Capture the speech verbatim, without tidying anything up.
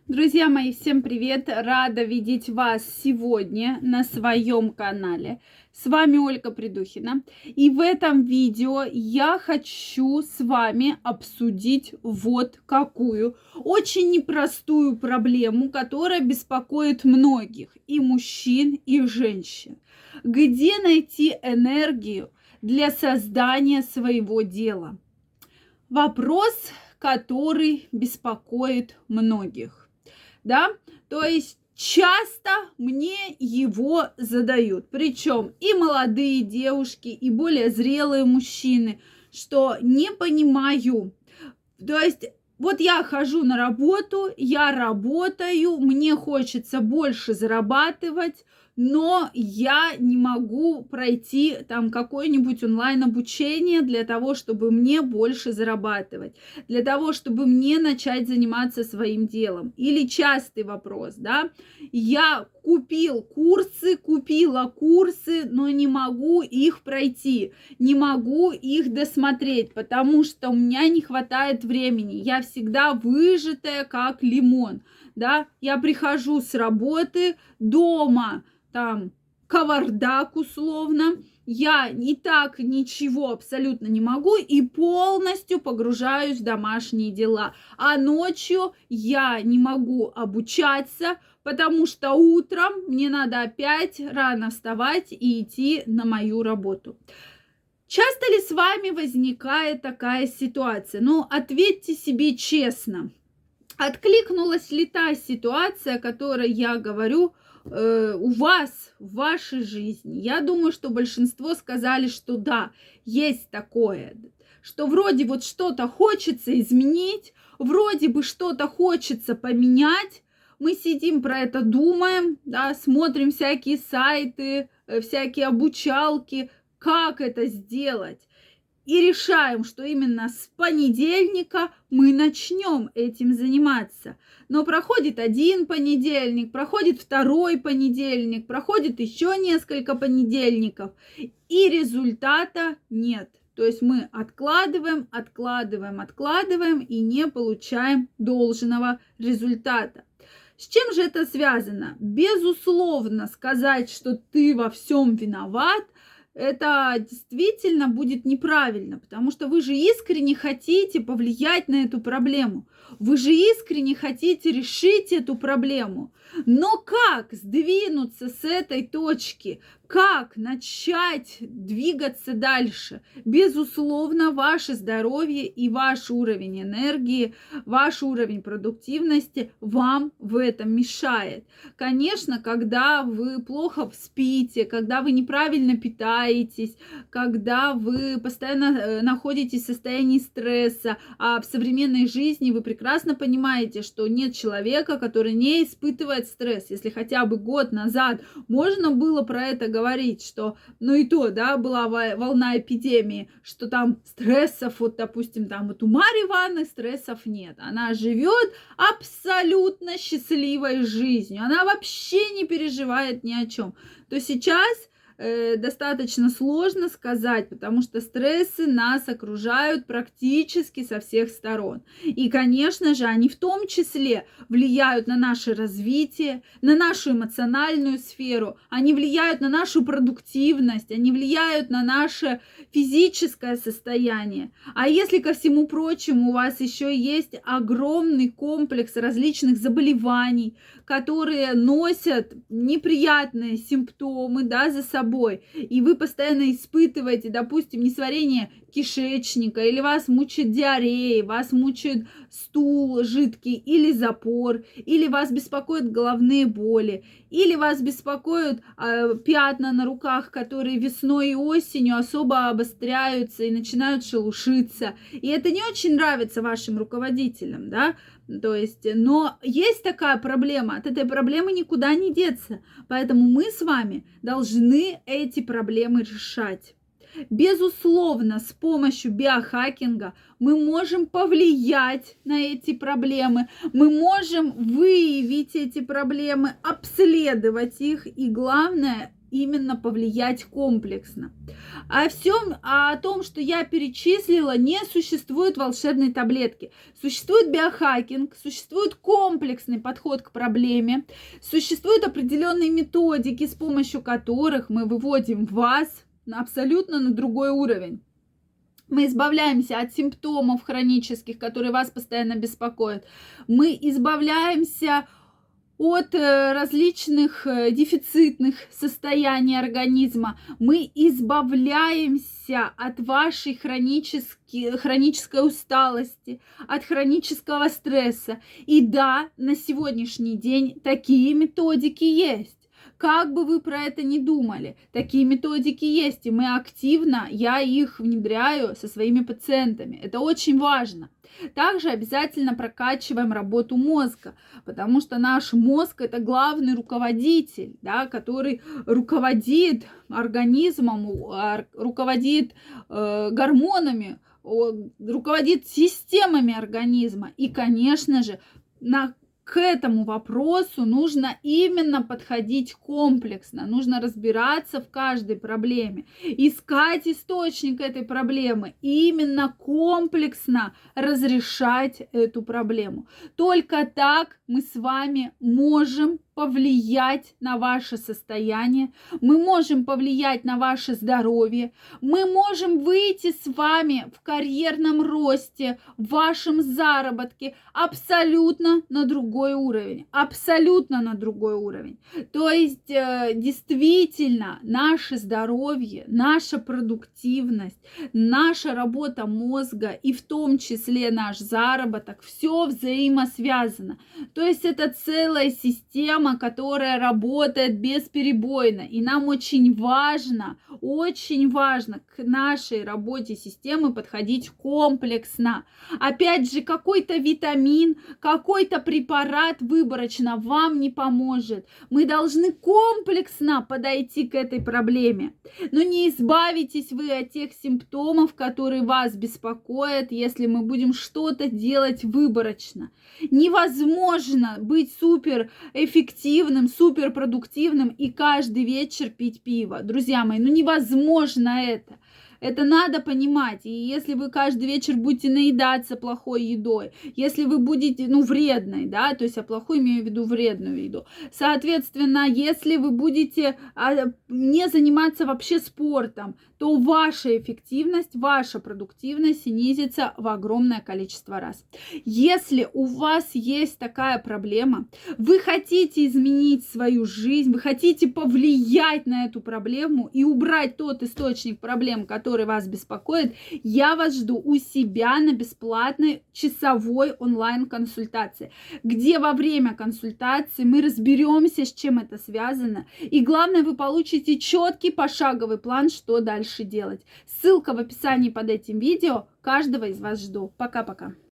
Друзья мои, всем привет! Рада видеть вас сегодня на своем канале. С вами Ольга Придухина. И в этом видео я хочу с вами обсудить вот какую очень непростую проблему, которая беспокоит многих, и мужчин, и женщин. Где найти энергию для создания своего дела? Вопрос, который беспокоит многих. Да, то есть часто мне его задают, причем и молодые девушки, и более зрелые мужчины, что не понимаю. То есть вот я хожу на работу, я работаю, мне хочется больше зарабатывать, но я не могу пройти там какое-нибудь онлайн-обучение для того, чтобы мне больше зарабатывать, для того, чтобы мне начать заниматься своим делом. Или частый вопрос, да, я купил курсы, купила курсы, но не могу их пройти, не могу их досмотреть, потому что у меня не хватает времени, я всегда выжатая, как лимон, да, я прихожу с работы дома, там, кавардак условно, я и так ничего абсолютно не могу и полностью погружаюсь в домашние дела. А ночью я не могу обучаться, потому что утром мне надо опять рано вставать и идти на мою работу. Часто ли с вами возникает такая ситуация? Ну, ответьте себе честно. Откликнулась ли та ситуация, о которой я говорю, у вас, в вашей жизни? Я думаю, что большинство сказали, что да, есть такое, что вроде вот что-то хочется изменить, вроде бы что-то хочется поменять, мы сидим про это думаем, да, смотрим всякие сайты, всякие обучалки, как это сделать. И решаем, что именно с понедельника мы начнем этим заниматься. Но проходит один понедельник, проходит второй понедельник, проходит еще несколько понедельников, и результата нет. То есть мы откладываем, откладываем, откладываем и не получаем должного результата. С чем же это связано? Безусловно, сказать, что ты во всем виноват, это действительно будет неправильно, потому что вы же искренне хотите повлиять на эту проблему. Вы же искренне хотите решить эту проблему. Но как сдвинуться с этой точки? Как начать двигаться дальше? Безусловно, ваше здоровье и ваш уровень энергии, ваш уровень продуктивности вам в этом мешает. Конечно, когда вы плохо спите, когда вы неправильно питаетесь, когда вы постоянно находитесь в состоянии стресса, а в современной жизни вы прекрасно понимаете, что нет человека, который не испытывает стресс. Если хотя бы год назад можно было про это говорить, что, ну и то, да, была волна эпидемии, что там стрессов, вот, допустим, там вот у Марьи Ивановны стрессов нет. Она живет абсолютно счастливой жизнью. Она вообще не переживает ни о чем. То сейчас э, достаточно сложно сказать, потому что стрессы нас окружают практически со всех сторон. И, конечно же, они в том числе влияют на наше развитие, на нашу эмоциональную сферу, они влияют на нашу продуктивность, они влияют на наше физическое состояние. А если ко всему прочему у вас еще есть огромный комплекс различных заболеваний, которые носят неприятные симптомы, да, за собой, и вы постоянно испытываете, допустим, несварение кишечника, или вас мучает диарея, вас мучает стул жидкий, или запор, или вас беспокоят головные боли, или вас беспокоят э, пятна на руках, которые весной и осенью особо обостряются и начинают шелушиться. И это не очень нравится вашим руководителям, да, то есть, но есть такая проблема, от этой проблемы никуда не деться, поэтому мы с вами должны эти проблемы решать. Безусловно, с помощью биохакинга мы можем повлиять на эти проблемы, мы можем выявить эти проблемы, обследовать их и, главное, именно повлиять комплексно. О всем, о том, что я перечислила, не существует волшебной таблетки. Существует биохакинг, существует комплексный подход к проблеме, существуют определенные методики, с помощью которых мы выводим вас абсолютно на другой уровень. Мы избавляемся от симптомов хронических, которые вас постоянно беспокоят. Мы избавляемся от различных дефицитных состояний организма. Мы избавляемся от вашей хронической, хронической усталости, от хронического стресса. И да, на сегодняшний день такие методики есть. Как бы вы про это ни думали, такие методики есть, и мы активно, я их внедряю со своими пациентами. Это очень важно. Также обязательно прокачиваем работу мозга, потому что наш мозг – это главный руководитель, да, который руководит организмом, руководит э, гормонами, руководит системами организма. И, конечно же, на к этому вопросу нужно именно подходить комплексно, нужно разбираться в каждой проблеме, искать источник этой проблемы, и именно комплексно разрешать эту проблему. Только так мы с вами можем повлиять на ваше состояние, мы можем повлиять на ваше здоровье, мы можем выйти с вами в карьерном росте, в вашем заработке абсолютно на другой уровень, абсолютно на другой уровень. То есть э, действительно наше здоровье, наша продуктивность, наша работа мозга и в том числе наш заработок, все взаимосвязано. То есть это целая система, которая работает бесперебойно. И нам очень важно, очень важно к нашей работе системы подходить комплексно. Опять же, какой-то витамин, какой-то препарат выборочно вам не поможет. Мы должны комплексно подойти к этой проблеме. Но не избавитесь вы от тех симптомов, которые вас беспокоят, если мы будем что-то делать выборочно. Невозможно быть супер эффективным, супер продуктивным и каждый вечер пить пиво. Друзья мои, ну невозможно это. Это надо понимать. И если вы каждый вечер будете наедаться плохой едой, если вы будете, ну, вредной, да, то есть, а плохой имею в виду вредную еду. Соответственно, если вы будете не заниматься вообще спортом, то ваша эффективность, ваша продуктивность снизится в огромное количество раз. Если у вас есть такая проблема, вы хотите изменить свою жизнь, вы хотите повлиять на эту проблему и убрать тот источник проблем, который который вас беспокоит, я вас жду у себя на бесплатной часовой онлайн-консультации, где во время консультации мы разберемся, с чем это связано, и главное, вы получите четкий пошаговый план, что дальше делать. Ссылка в описании под этим видео. Каждого из вас жду. Пока-пока.